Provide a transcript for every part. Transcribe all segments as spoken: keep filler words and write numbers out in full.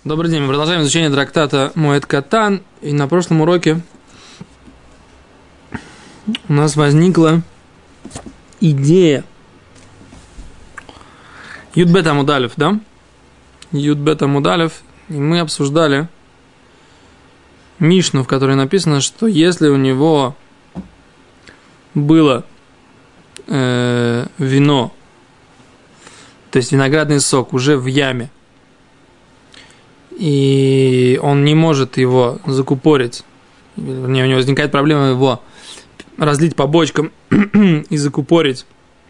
Добрый день, мы продолжаем изучение трактата Моэд Катан. И на прошлом уроке у нас возникла идея Юд-бет Амуд алеф, да? Юд-бет Амуд алеф. И мы обсуждали Мишну, в которой написано, что если у него было э, вино, то есть виноградный сок уже в яме, и он не может его закупорить, вернее, у него возникает проблема его разлить по бочкам и закупорить.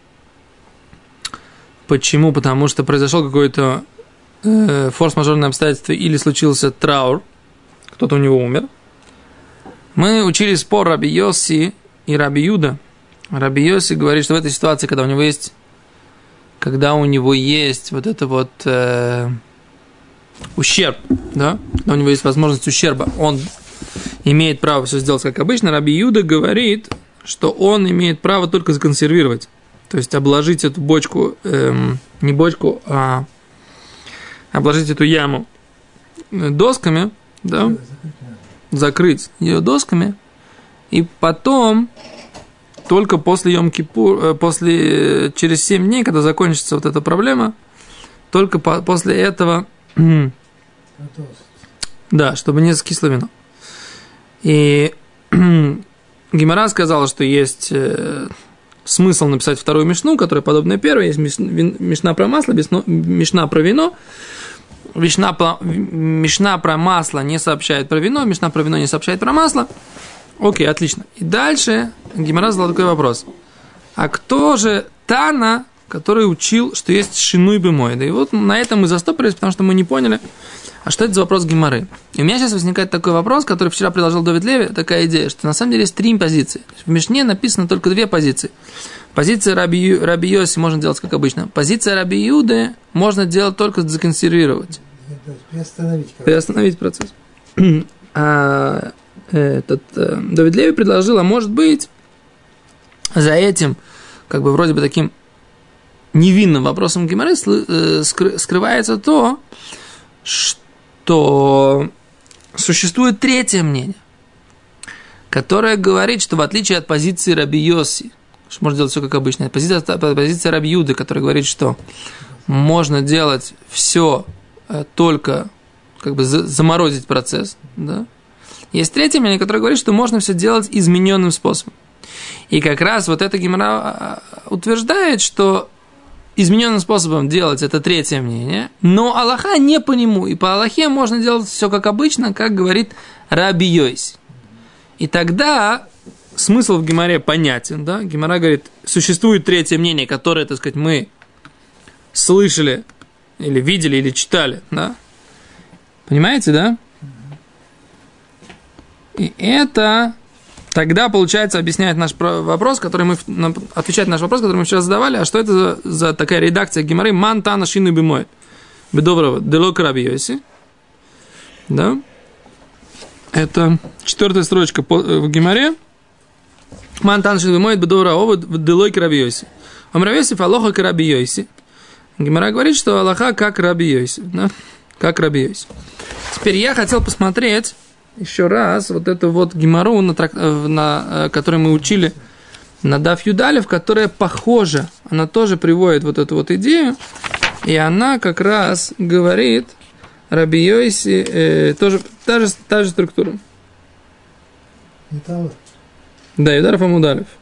Почему? Потому что произошел какое-то э, форс-мажорное обстоятельство или случился траур, кто-то у него умер. Мы учили спор Раби Йоси и Раби Юда. Раби Йоси говорит, что в этой ситуации, когда у него есть, когда у него есть вот это вот э, ущерб, да, когда у него есть возможность ущерба, он имеет право все сделать как обычно. Раби Юда говорит, что он имеет право только законсервировать, то есть обложить эту бочку, эм, не бочку, а обложить эту яму досками, да, закрыть ее досками, и потом только после Йом-Кипур, после, через семь дней, когда закончится вот эта проблема, только по, после этого, да, чтобы не скисло вино. И Гемара сказала, что есть э, смысл написать вторую мишну, которая подобная первой. Есть мишна про масло, мишна про вино. Мишна, мишна про масло не сообщает про вино, мишна про вино не сообщает про масло. Окей, отлично. И дальше Гемара задала такой вопрос. А кто же Тана, который учил, что есть шинуй бемоэд? И вот на этом мы застопорились, потому что мы не поняли, а что это за вопрос Гемары. И у меня сейчас возникает такой вопрос, который вчера предложил Довид Леви, такая идея, что на самом деле есть три позиции. В Мишне написано только две позиции. Позиция Раби, Раби Йоси можно делать как обычно. Позиция Раби Юды можно делать только законсервировать. Приостановить. Приостановить процесс. А этот э, Довид Леви предложил, а может быть, за этим, как бы вроде бы таким невинным вопросом Гемары э, скрывается то, что существует третье мнение, которое говорит, что в отличие от позиции Раби Йоси, что можно делать все как обычно, позиция, позиция Раби Юды, которая говорит, что можно делать все только как бы заморозить процесс, да? Есть третье мнение, которое говорит, что можно все делать измененным способом. И как раз вот эта Гемара утверждает, что измененным способом делать это третье мнение, но Аллаха не по нему. И по Аллахе можно делать все как обычно, как говорит Раби Йоси. И тогда смысл в Гемаре понятен, да? Гемара говорит, существует третье мнение, которое, так сказать, мы слышали, или видели, или читали, да? Понимаете, да? И это тогда, получается, объясняет наш вопрос, который мы, отвечает на наш вопрос, который мы вчера задавали, а что это за, за такая редакция Гемары «Ман тана шину бимоэд» бедоврова делок Раби Йоси, да? Это четвертая строчка в Гемаре «Ман тана шину бимоэд бедоврова делок Раби Йоси». Ом Раби Йоси фалоха к Раби Йоси. Гемара говорит, что Аллаха как Раби Йоси, да? Как Раби Йоси. Теперь я хотел посмотреть еще раз вот эту вот Гемару, на, на, которую мы учили на Даф Юд алеф, которая похожа, она тоже приводит вот эту вот идею, и она как раз говорит Раби Йоси, э, тоже та же, та же структура. Это... Да, Юд алеф Амуд алеф.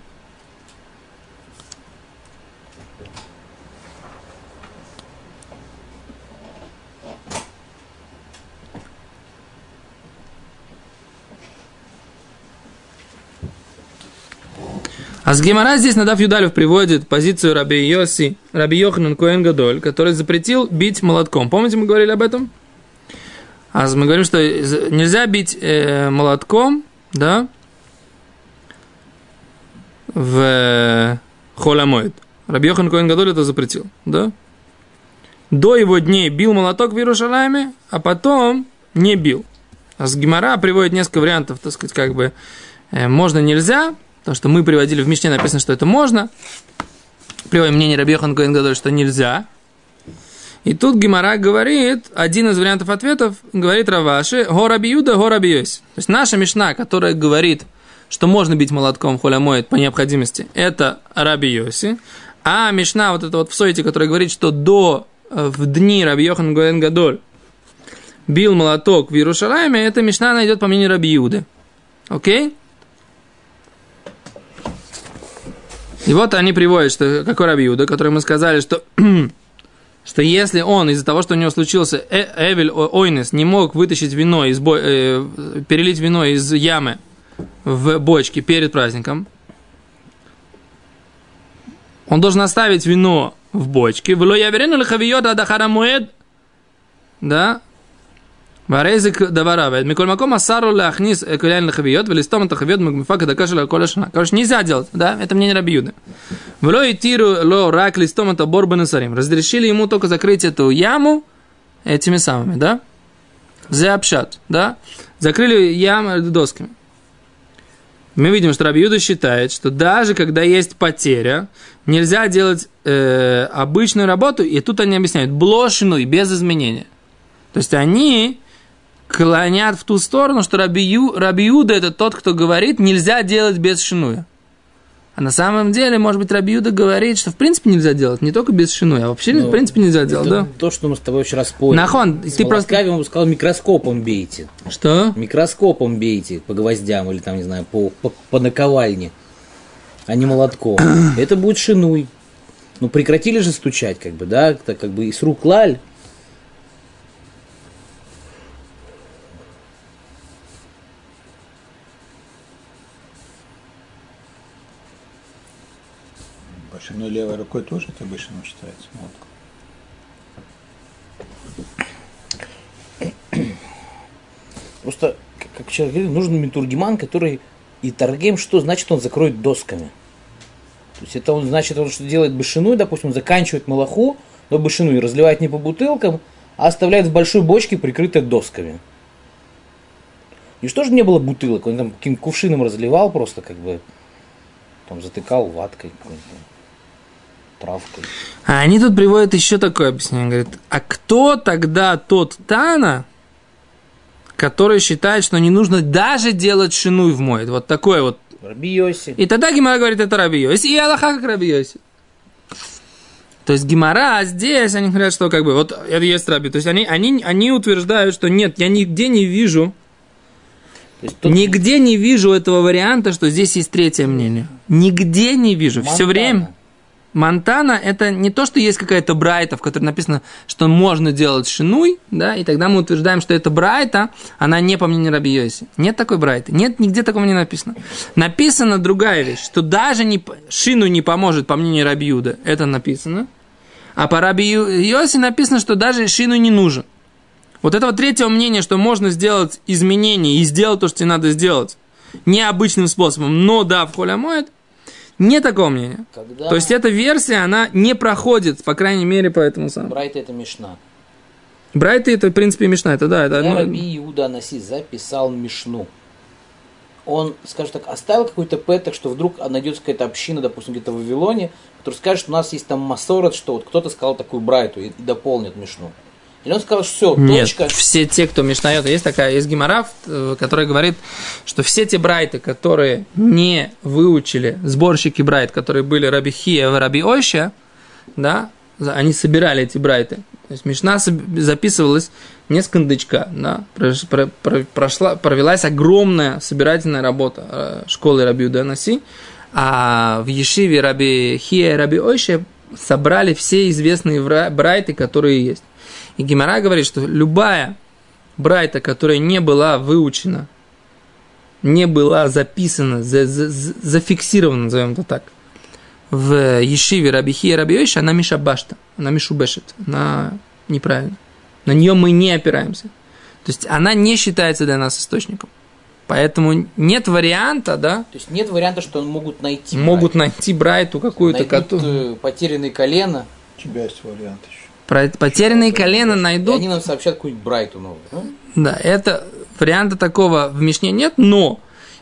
А с Гемара здесь на Даф Юд алеф приводит позицию Раби Йоси, Раби Йоханан Коэн Гадоль, который запретил бить молотком. Помните, мы говорили об этом? А мы говорим, что нельзя бить э, молотком, да, в Холь ха-Моэд. Раби Йоханан Коэн Гадоль это запретил, да? До его дней бил молоток в Иерусалиме, а потом не бил. А с Гемара приводит несколько вариантов, так сказать, как бы э, можно, нельзя. Потому что мы приводили в Мишне, написано, что это можно. Приводим мнение Раби Йоханан Коэн Гадоль, что нельзя. И тут Гемара говорит, один из вариантов ответов, говорит Рав Аши, го Раби Юда, го Раби Йоси. То есть наша мишна, которая говорит, что можно бить молотком холь амоэд по необходимости, это Раби Йоси. А мишна, вот это вот в Сойте, которая говорит, что до, в дни Раби Йохан Коэн Гадоль бил молоток в Иерушалайме, эта мишна, она идет по мнению Раби Юды. Окей? И вот они приводят, что какой Раби Юда, который мы сказали, что... что если он из-за того, что у него случился э, Эвель Ойнес, не мог вытащить вино, из бо... э, перелить вино из ямы в бочке перед праздником, он должен оставить вино в бочке. Да? Варезик даваравает. Миколь маком асару ляхнис экуляйн лахавиот, велистом атахавиот магмифака дакашила кола шана. Короче, нельзя делать, да? Это мнение Раби Юды. Вло и тиру ло рак листом ата борбан сарим. Разрешили ему только закрыть эту яму этими самыми, да? Зеапшат, да? Закрыли яму досками. Мы видим, что Раби Юда считает, что даже когда есть потеря, нельзя делать э, обычную работу, и тут они объясняют, блошину без изменения. То есть они клонят в ту сторону, что Раби, Ю, Раби Юда это тот, кто говорит, нельзя делать без шинуя. А на самом деле, может быть, Раби Юда говорит, что в принципе нельзя делать, не только без шинуя, а вообще но в принципе нельзя делать, да? То, что мы с тобой вчера спорили. Нахон, с ты просто... он сказал, микроскопом бейте. Что? Микроскопом бейте по гвоздям или там, не знаю, по, по, по наковальне, а не молотком. Это будет шинуй. Ну, прекратили же стучать, как бы, да, так как бы и с рук лаль. Но левой рукой тоже это обычно считается молотком. Просто, как человек говорит, нужен митургиман, который и торгем, что значит он закроет досками. То есть это он значит, он что делает башину, допустим, он заканчивает малаху, но башину и разливает не по бутылкам, а оставляет в большой бочке, прикрытой досками. И что же не было бутылок? Он там каким-то кувшином разливал просто, как бы, там затыкал ваткой какой-нибудь. Травкой. А они тут приводят еще такое объяснение. Говорят, а кто тогда тот Тана, который считает, что не нужно даже делать шинуй в моет? Вот такой вот. Раби Йоси. И тогда Гемара говорит, это Раби Йоси. И Аллаха как Раби Йоси. То есть Гемара здесь, они говорят, что как бы, вот это есть Раби. То есть они, они, они утверждают, что нет, я нигде не вижу, тут... нигде не вижу этого варианта, что здесь есть третье мнение. Нигде не вижу. Монтана. Все время... Монтана – это не то, что есть какая-то брайта, в которой написано, что можно делать шинуй, да, и тогда мы утверждаем, что эта брайта, она не по мнению Раби Йоси. Нет такой брайты, нет, нигде такого не написано. Написана другая вещь, что даже не, шину не поможет по мнению Раби Юда, это написано, а по Раби Йоси написано, что даже шину не нужен. Вот этого третьего мнения, что можно сделать изменения и сделать то, что тебе надо сделать, необычным способом, но да, в холь амоэд, не такого мнения. Когда... То есть эта версия, она не проходит, по крайней мере, по этому самому. Брайта это Мишна. Брайта это, в принципе, Мишна. Это, да, это, Когда ну... Раби Иуда Анаси записал Мишну, он, скажем так, оставил какой-то пэток, что вдруг найдется какая-то община, допустим, где-то в Вавилоне, которая скажет, что у нас есть там масорот, что вот кто-то сказал такую брайту и, и дополнит Мишну. Или он сказал, что все, Нет, точка. Все те, кто мишнает, есть такая, есть гемара, которая говорит, что все те брайты, которые не выучили, сборщики брайт, которые были Раби Хия и Раби Ойша, да, они собирали эти брайты. То есть мишна записывалась не с кондычка, да, прошла, провелась огромная собирательная работа школы Раби Юда Анаси, а в Ешиве Раби Хия и Раби Ойша собрали все известные брайты, которые есть. И Гемара говорит, что любая брайта, которая не была выучена, не была записана, за, за, зафиксирована, назовем это так, в Ешиве Раби Хия и Раби Йоша, она мишабашта, она мишубешет, она неправильна. На нее мы не опираемся. То есть она не считается для нас источником. Поэтому нет варианта, да? То есть нет варианта, что могут найти Могут брайт. найти брайту какую-то. Найдут потерянные колено. У тебя есть вариант еще. Потерянные колена найдут. И они нам сообщат какую-нибудь брайту новую. Да? Да, это варианта такого в Мишне нет, но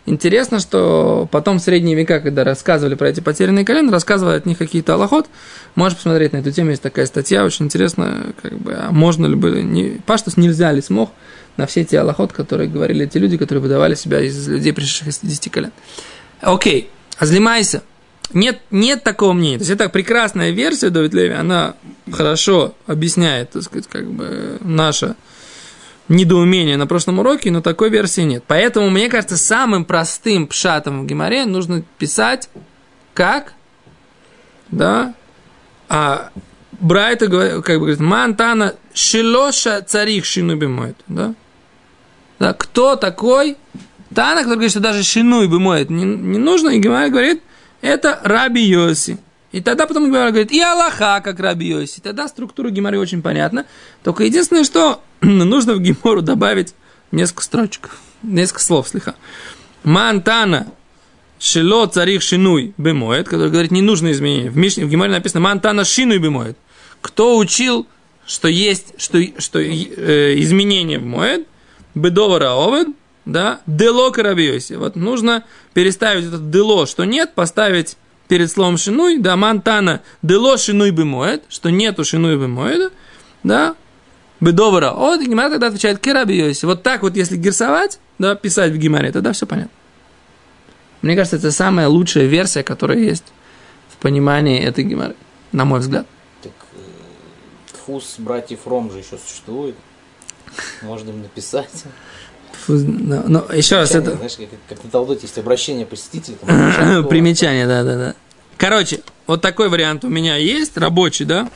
Интересно, что потом в средние века, когда рассказывали про эти потерянные колена, рассказывали от них какие-то алахот. Можешь посмотреть на эту тему, есть такая статья, очень интересно, как бы, а можно ли бы, не, паштус нельзя ли смог на все те алахот, которые говорили эти люди, которые выдавали себя из людей, пришедших из десяти колен. Окей, азлимайся. Нет, нет такого мнения. То есть это прекрасная версия Давид Леви, она хорошо объясняет, так сказать, как бы наше недоумение на прошлом уроке, но такой версии нет. Поэтому, мне кажется, самым простым пшатом в Гемаре нужно писать как, да, а Брайта как бы говорит, мантана шилоша царих шину бимоет, да? Да, кто такой Тана, который говорит, что даже шину бимоет не, не нужно, и Гемара говорит, это Раби Йоси. И тогда потом Гемара говорит, и Аллаха, как Раби Йоси. Тогда структура Гемары очень понятна. Только единственное, что нужно в Гемору добавить несколько строчек, несколько слов, слиха. Мантана шило царих шинуй бемоет, который говорит, не нужно изменения. В Мишне, в Гемаре написано, мантана шинуй бемоет. Кто учил, что есть, что, что э, изменения в моед, бедовара овед, да, дело к Раби Йоси. Вот нужно переставить это дело, что нет, поставить перед словом шинуй, да, мантана дело шинуй бемоед, что нету шинуй бемоеда, да, бедовара. Вот Гемара тогда отвечает к Раби Йоси. Вот так вот, если гирсовать, да, писать в Гемаре, тогда все понятно. Мне кажется, это самая лучшая версия, которая есть в понимании этой Гемары, на мой взгляд. Так, фуз братьев Ром же еще существует. Можно им написать. Фуз, но, но еще раз это... Знаешь, как, как на Талдоте есть обращение посетителей. Примечание, да, да, да. Короче, вот такой вариант у меня есть, рабочий, да?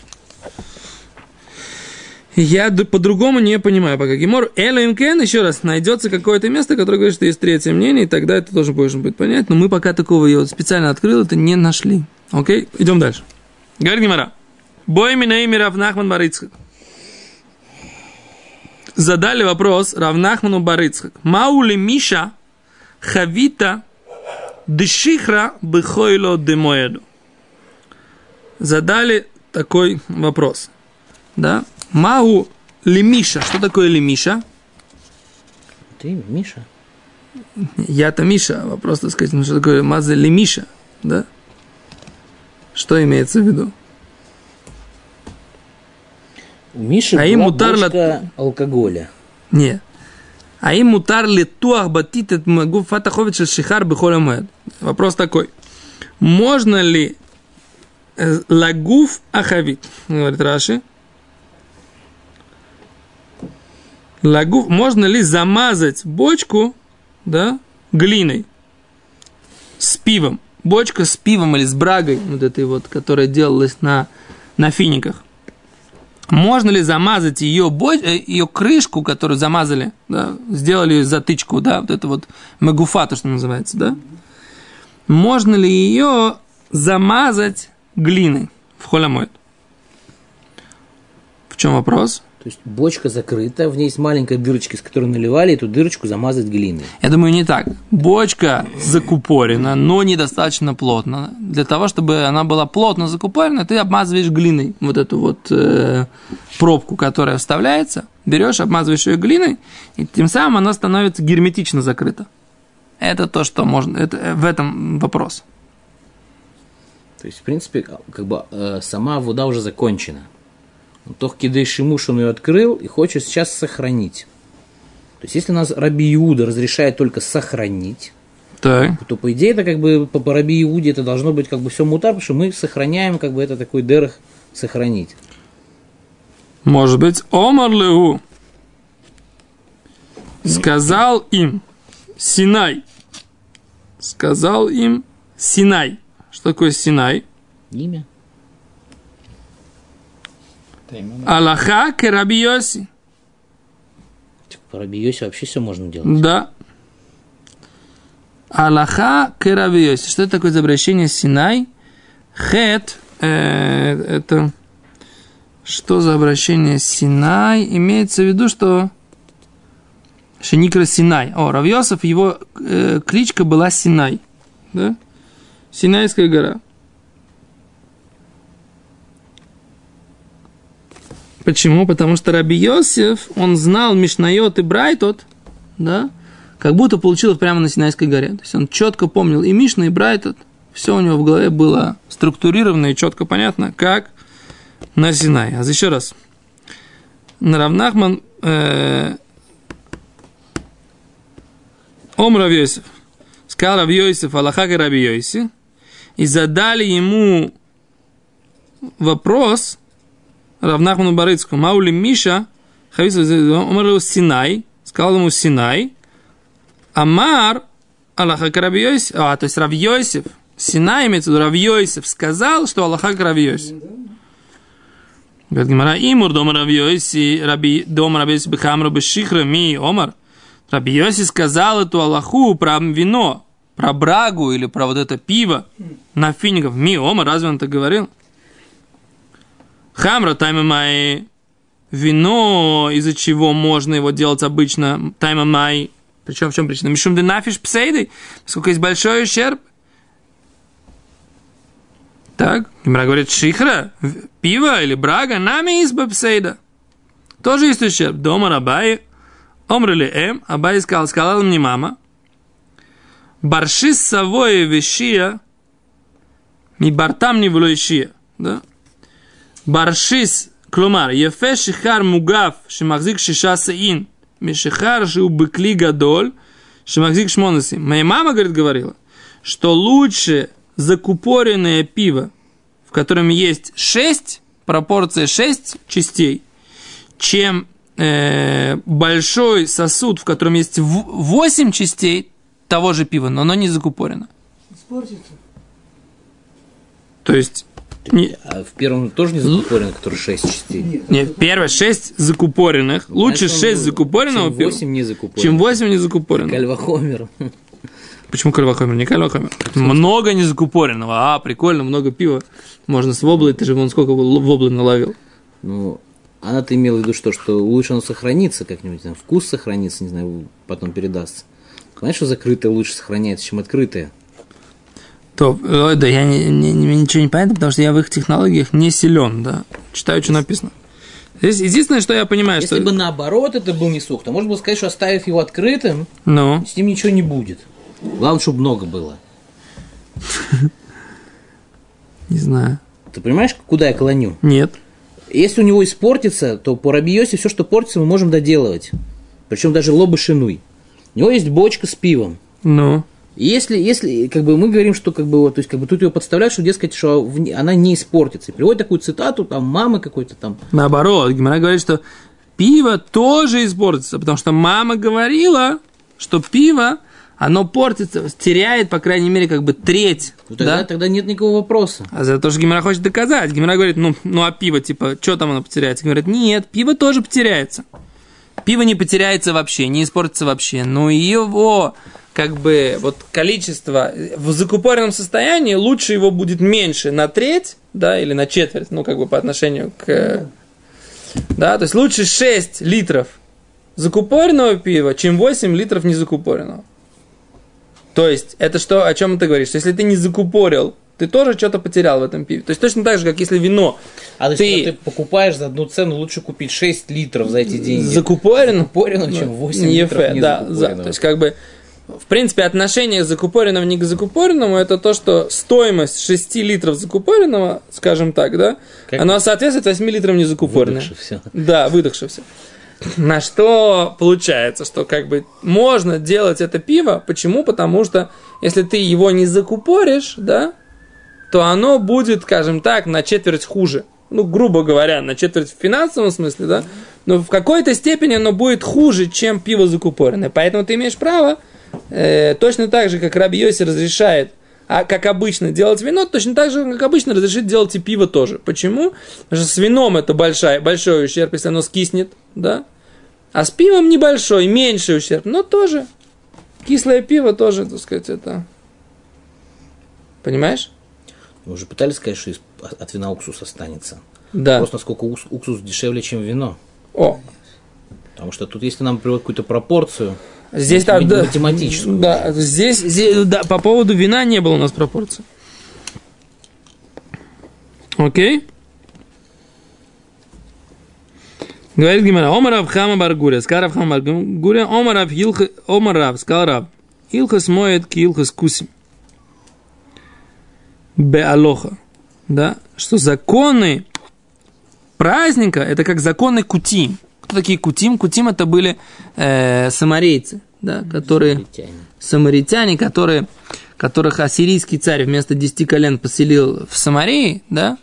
Я по-другому не понимаю пока. Гемор Элоимкен, еще раз, найдется какое-то место, которое говорит, что есть третье мнение, и тогда это тоже должен быть понять. Но мы пока такого, я вот специально открыл, это не нашли. Окей? Идем дальше. Говорит Гемара. Бой минаими Рав Нахман бар Ицхак. Задали вопрос Рав Нахману бар Ицхак. Маули Миша хавита дешихра бехойло демоеду. Задали такой вопрос. Да? Мау лимиша. Что такое лимиша? Ты имя Миша? Я-то Миша. Вопрос, так сказать, ну что такое маза лимиша? Да? Что имеется в виду? У Миши а была мутар бочка ла... алкоголя. Не. А им мутар ли туах батит могу фатахович шихар бихоля моед. Вопрос такой. Можно ли лагуф ахавит? Говорит Раши. Лагуф, можно ли замазать бочку, да, глиной с пивом? Бочка с пивом или с брагой, вот этой вот, которая делалась на, на финиках. Можно ли замазать ее, боч, ее крышку, которую замазали, да, сделали затычку, да, вот это вот мегуфа, то, что называется, да? Можно ли ее замазать глиной в холямойд? В чем вопрос? То есть бочка закрыта, в ней есть маленькая дырочка, из которой наливали, эту дырочку замазать глиной. Я думаю, не так. Бочка закупорена, но недостаточно плотно. Для того, чтобы она была плотно закупорена, ты обмазываешь глиной вот эту вот э, пробку, которая вставляется, берешь, обмазываешь ее глиной, и тем самым она становится герметично закрыта. Это то, что можно... Это, в этом вопрос. То есть, в принципе, как бы э, сама вода уже закончена. Тох кидей шимуш, он ее открыл и хочет сейчас сохранить. То есть, если у нас Раби Иуда разрешает только сохранить, так. то, по идее, это как бы по, по Раби Иуде это должно быть как бы все мутар, потому что мы сохраняем, как бы это такой дерах сохранить. Может быть, Омар Леу сказал им Синай. Сказал им Синай. Что такое Синай? Имя. Аллаха к Раби Йоси. По Раби Йоси вообще все можно делать. Да. Аллаха к Раби Йоси. Что это такое за обращение Синай? Хет. Э, это... Что за обращение Синай? Имеется в виду, что... Шеникра Синай. О, Рав Йосеф, его э, кличка была Синай. Да? Синайская гора. Почему? Потому что Раби Йосеф, он знал Мишнайот и Брайтот, да, как будто получил их прямо на Синайской горе. То есть он четко помнил и Мишну, и Брайтот. Все у него в голове было структурировано и четко понятно, как на Синае. А еще раз. Рав Нахман э, Ом Рав Йосеф. Сказал Рав Йосеф, Аллаха ка Раби Йоси. И задали ему вопрос Рав Нахману Барыцку. Маули Миша, Омар Синай. Сказал ему Синай. Амар Аллаха ка Раби Йоси. А, то есть Рав Йосеф. Синай имеется в виду, Рав Йосеф сказал, что Аллаха ка Раби Йоси. Говорит Гемара, Имур дома Рав Йоси, Раби дома Раби Йоси бехамру бешихра ми Омар. Раби Йоси сказал эту Аллаху про вино, про брагу или про вот это пиво на фиников. Ми Омар, разве он так говорил? Хамра тайма май, вино, из-за чего можно его делать обычно, тайма май. Причем в чем причина? Мишум де нафиш псейдой, сколько есть большой ущерб. Так, Гемара говорит, шихра, пиво или брага, нами изба псейда. Тоже есть ущерб. Дома Рабай, омрали эм, Абай сказал, сказала мне мама, баршис савое вещия, ми бартам не влоишия. Да? Баршис, клумар, ефе шихар мугав, шимахзик шиша саин, ми шихар шиу быкли гадоль, шимахзик шмонасим. Моя мама, говорит, говорила, что лучше закупоренное пиво, в котором есть шесть, пропорция шесть частей, чем э, большой сосуд, в котором есть восемь частей того же пива, но оно не закупорено. Испортится. То есть... Не, а в первом тоже не закупорено, который шесть частей? Нет, нет, первое шесть закупоренных. Лучше шесть закупоренного чем пива, восемь не закупоренных. чем восемь не закупоренного. Кальвахомер. Почему кальвахомер? Не кальвахомер. Много незакупоренного. А, прикольно, много пива. Можно с воблой. Ты же вон сколько воблы наловил. Ну, она-то имела в виду, что, что лучше оно сохранится как-нибудь, там, вкус сохранится, не знаю, потом передастся. Знаешь, что закрытое лучше сохраняется, чем открытое? То, да, я не, не, не, ничего не понятно, потому что я в их технологиях не силен, да. Читаю, что написано. Здесь единственное, что я понимаю, Если что... бы наоборот это был не сок, то можно было сказать, что оставив его открытым, ну. с ним ничего не будет. Главное, чтобы много было. Не знаю. Ты понимаешь, куда я клоню? Нет. Если у него испортится, то по Раби Йоси все, что портится, мы можем доделывать. Причем даже лоба шинуй. У него есть бочка с пивом. Ну. И если, если как бы мы говорим, что как бы вот, то есть как бы тут ее подставляют, что, дескать, что в, она не испортится. И приводит такую цитату, там, мамы какой-то там. Наоборот, Гемара говорит, что пиво тоже испортится, потому что мама говорила, что пиво, оно портится, теряет, по крайней мере, как бы треть. Ну, тогда, да? тогда нет никакого вопроса. А за то, что Гемара хочет доказать. Гемара говорит, ну, ну а пиво, типа, что там оно потеряется? Говорит, нет, пиво тоже потеряется. Пиво не потеряется вообще, не испортится вообще. Но его, как бы, вот количество в закупоренном состоянии, лучше его будет меньше на треть, да, или на четверть, ну, как бы, по отношению к... Да, то есть лучше шесть литров закупоренного пива, чем восемь литров незакупоренного. То есть, это что, о чем ты говоришь? Что если ты не закупорил, ты тоже что-то потерял в этом пиве. То есть, точно так же, как если вино... А то ты... есть, когда ты покупаешь за одну цену, лучше купить шесть литров за эти деньги. Закупорено? Закупорено, чем восемь не литров фэ, да, за, то есть, как бы, в принципе, отношение закупоренного не к закупоренному, это то, что стоимость шести литров закупоренного, скажем так, да, как... оно соответствует восьми литрам незакупоренного. Выдохшився. Да, выдохшився. На что получается, что как бы можно делать это пиво. Почему? Потому что если ты его не закупоришь, да, то оно будет, скажем так, на четверть хуже. Ну, грубо говоря, на четверть в финансовом смысле, да, но в какой-то степени оно будет хуже, чем пиво закупоренное. Поэтому ты имеешь право, э, точно так же, как Раби Йоси разрешает, а как обычно делать вино, точно так же, как обычно разрешит делать и пиво тоже. Почему? Потому что с вином это большой, большой ущерб, если оно скиснет, да, а с пивом небольшой, меньший ущерб, но тоже. Кислое пиво тоже, так сказать, это... Понимаешь? Мы уже пытались сказать, что от вина уксус останется. Да. Просто насколько уксус дешевле, чем вино. О. Потому что тут, если нам приводят какую-то пропорцию, здесь так, да, математическую. Да, здесь, здесь да, по поводу вина не было у нас пропорций. Окей? Говорит Гимара, Омарав Хама Баргуря, сказал Рав Хама Баргуря, Омарав Илха, Омарав, сказал Рав, Илхас моет ки Илхас кусим. Беалоха. Да, что законы праздника, это как законы кутим. Кто такие кутим? Кутим это были э, самарейцы, да, которые, самаритяне, самаритяне которые, которых ассирийский царь вместо десяти колен поселил в Самарии, да,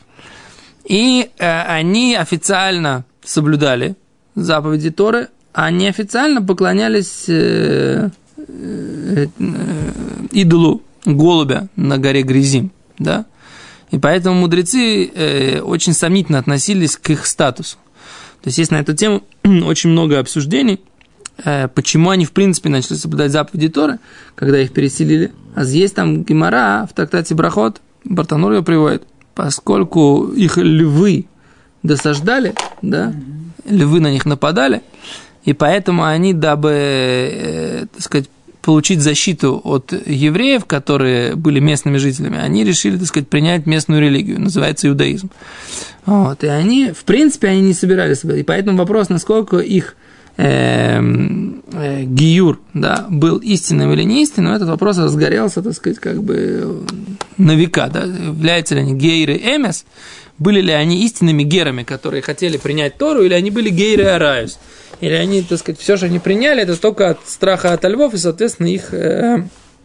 и э, они официально соблюдали заповеди Торы, а неофициально поклонялись э, э, э, идолу голубя на горе Гризим, да, и поэтому мудрецы э, очень сомнительно относились к их статусу. То есть есть на эту тему очень много обсуждений, э, почему они в принципе начали соблюдать заповеди Торы, когда их переселили. А есть там Гемара в трактате Брахот, Бартанур ее приводит, поскольку их львы досаждали, да, львы на них нападали, и поэтому они, дабы, э, так сказать, получить защиту от евреев, которые были местными жителями, они решили, так сказать, принять местную религию, называется иудаизм. Вот, и они, в принципе, они не собирались, и поэтому вопрос, насколько их э, э, гиюр, да, был истинным или не истинным, этот вопрос разгорелся, так сказать, как бы на века, да, являются ли они гейры эмес, были ли они истинными герами, которые хотели принять Тору, или они были гейры араюс. Или они, так сказать, все, что они приняли, это только от страха от львов, и, соответственно, их э,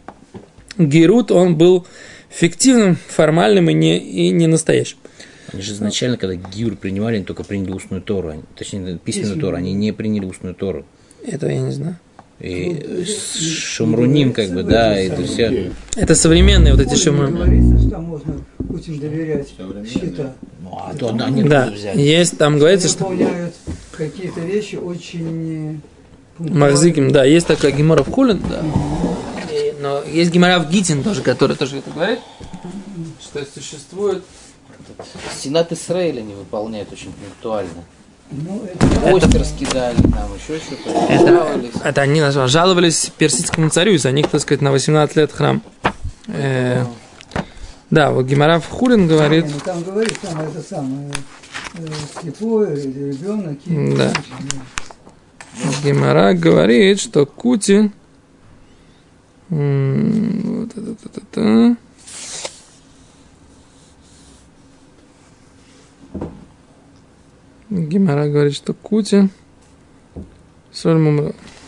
герут, он был фиктивным, формальным и не, и не настоящим. Они же изначально, когда гиур принимали, они только приняли устную Тору, они, точнее, письменную Тору, они не приняли устную Тору. Этого я не знаю. И шумруним, как бы, да, это все. Это современные вот эти шумруним. Говорится, что можно Путин доверять счета. Ну, а то они да, взяли. есть, там говорится, что выполняют какие-то вещи очень Махзиким, да, есть такая Гемара в Хулин, да. И, но есть Гемара в Гитин тоже, который тоже это говорит, что существует. Сенат Исраиля не выполняют очень пунктуально. Ну, это... Постер скидали, там еще что-то. Это, жаловались. это они жаловались персидскому царю, из-за них, так сказать, на восемнадцать лет храм. Э, да, вот Гемара в Хулин говорит. Не, ну, там говорит, там это самое э, слепой или ребенок. И да. Гемара говорит, что Кути. М- вот это, это, это, Гемара говорит, что Кути соль мумра.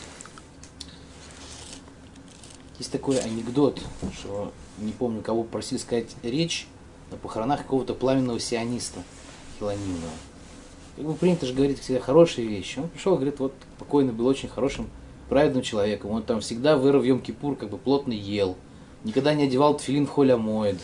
Есть такой анекдот, что не помню, кого просили сказать речь на похоронах какого-то пламенного сиониста хилонимного. Как бы принято же говорить всегда хорошие вещи. Он пришел, говорит, вот покойный был очень хорошим, праведным человеком. Он там всегда в Йом-Кипур как бы плотно ел. Никогда не одевал тфилин в холь-амоэд.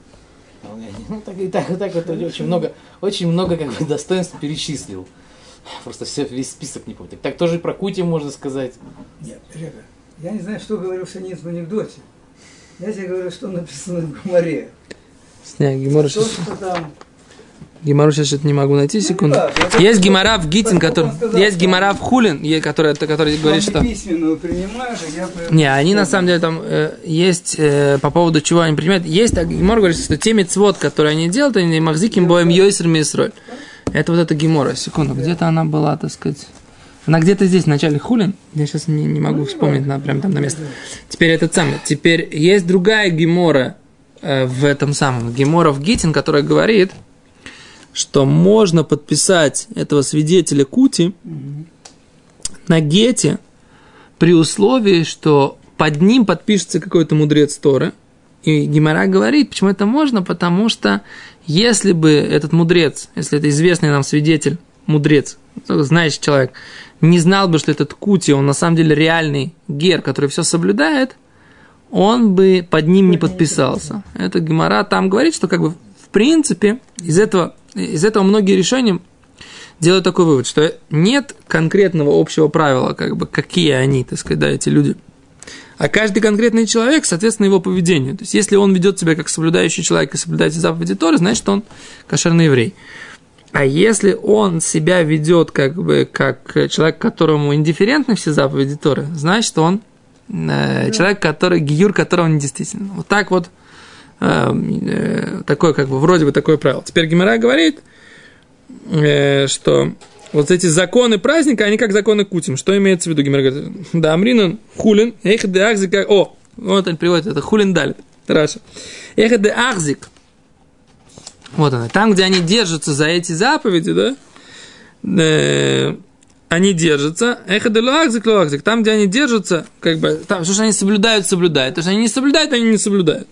Ну, так и так, и так вот очень много, очень много как бы достоинств перечислил. Просто все, весь список не помню. Так, так тоже и про Кути можно сказать. Нет, Река, я не знаю, что говорил Сионист в анекдоте. Я тебе говорю, что написано в Гемаре. Сняк, Гемара То, сейчас. что там... Гемару сейчас что-то не могу найти, секунду. Ну, есть Гемара в Гитин, который... Есть Гемара в Хулин, который, который говорит, что... письменную принимаешь, а я... Не, они на самом деле там э, есть, э, по поводу чего они принимают, есть, так, Гемора говорит, что те мицвот, которые они делают, они махзиким боем йойсер мисроль. Это вот эта Гемора, секунду, где-то она была, так сказать... Она где-то здесь, в начале Хулин, я сейчас не, не могу вспомнить, на, прям там на место. Теперь этот самый, теперь есть другая Гемора э, в этом самом, Гемора в Гитин, которая говорит, что можно подписать этого свидетеля Кути mm-hmm. на гете при условии, что под ним подпишется какой-то мудрец Торы. И Гемара говорит, почему это можно, потому что если бы этот мудрец, если это известный нам свидетель, мудрец, знающий человек, не знал бы, что этот Кути, он на самом деле реальный гер, который все соблюдает, он бы под ним не подписался. Это Гемара там говорит, что как бы в принципе из этого Из этого многие решения делают такой вывод, что нет конкретного общего правила, как бы, какие они, так сказать, да, эти люди. А каждый конкретный человек, соответственно, его поведению. То есть, если он ведет себя как соблюдающий человек и соблюдает заповеди Торы, значит, он кошерный еврей. А если он себя ведет как бы как человек, которому индифферентны все заповеди Торы, значит, он э, человек, который, гиюр которого недействителен. Вот так вот. Такое, как бы, вроде бы такое правило. Теперь Гемара говорит, что вот эти законы праздника, они как законы кутим. Что имеется в виду? Гимара говорит, да, амринан хулин, эхе де ахзик, о, вот он приводит, это хулин далит, Раша. Эхе де ахзик, вот она, там, где они держатся за эти заповеди, да, э, они держатся, эхе де лахзик, лахзик, там, где они держатся, как бы, там, что они соблюдают, соблюдают, то, что они не соблюдают, они не соблюдают.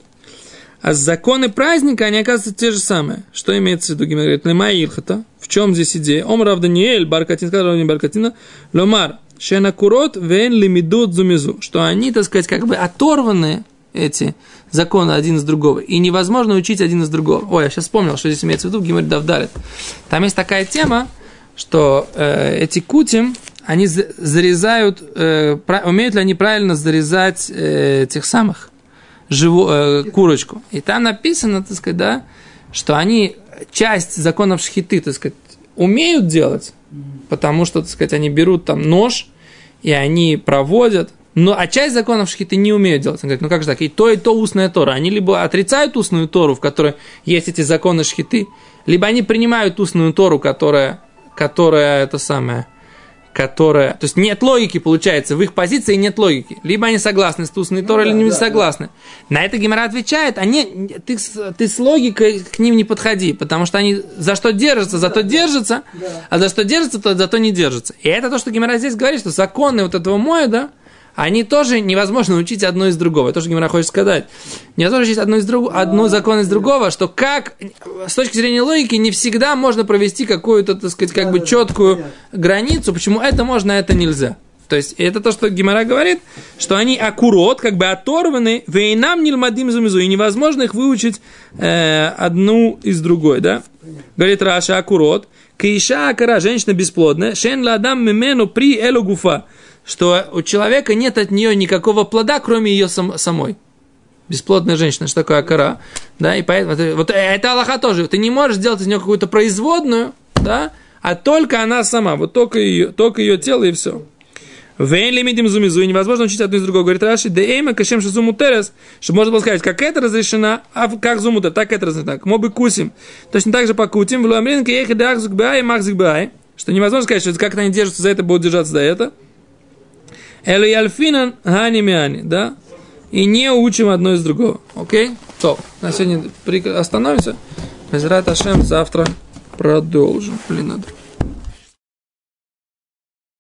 А законы праздника, они, оказываются, те же самые. Что имеется в виду? Гимара говорит, лема илхата. В чем здесь идея? Омар рав Даниэль, баркатин, сказал рав баркатина, ломар, шена курот, вен лимидут зумизу. Что они, так сказать, как бы оторваны, эти законы один из другого. И невозможно учить один из другого. Ой, я сейчас вспомнил, что здесь имеется в виду, Гимара давдалит. Там есть такая тема, что э, эти кутим, они зарезают, э, умеют ли они правильно зарезать э, тех самых, Живу, э, курочку. И там написано, так сказать, да, что они часть законов шхиты, так сказать, умеют делать, потому что, так сказать, они берут там нож, и они проводят, но, а часть законов шхиты не умеют делать. Он говорит, ну как же так, и то, и то устная Тора. Они либо отрицают устную Тору, в которой есть эти законы шхиты, либо они принимают устную Тору, которая, которая это самое, которая... То есть нет логики, получается, в их позиции нет логики. Либо они согласны с устной ну, Торой, да, или не да, согласны. Да. На это Гемара отвечает, они, ты, ты с логикой к ним не подходи, потому что они за что держатся, за то держатся, да. А за что держатся, то за то не держатся. И это то, что Гемара здесь говорит, что законы вот этого моэда, они тоже невозможно учить одно из другого. Это то, что Гемара хочет сказать. Невозможно учить одно из друг... одну закон из другого, что как, с точки зрения логики, не всегда можно провести какую-то, так сказать, как бы четкую границу, почему это можно, а это нельзя. То есть, это то, что Гемара говорит, что они аккурат, как бы оторваны, вейнам нильмадим зумизу, и невозможно их выучить э, одну из другой, да? Говорит Раша, аккурат, киша акара, женщина бесплодная, шен ладам мимену при элу гуфа, что у человека нет от нее никакого плода, кроме ее сам, самой. Бесплодная женщина, что такое акара, да, и поэтому, вот это алаха тоже, ты не можешь сделать из нее какую-то производную, да, а только она сама, вот только ее, только ее тело и все. Вейн лимитим зумизу, и невозможно учить одно из другого. Говорит Раши, да эйма кашем шизуму терес, чтобы можно было сказать, как это разрешено, а как зумутер, так это разрешено. Мы бы кусим. Точно так же покутим, в луамринке ехи да ахзук бай, махзук бай, что невозможно сказать, что как они держатся за это, будут держаться за это. Элу ялфинан гани миани, да? И не учим одно из другого. Окей? То, на сегодня остановимся. Безрат Ашем, завтра продолжим. Блин, надо.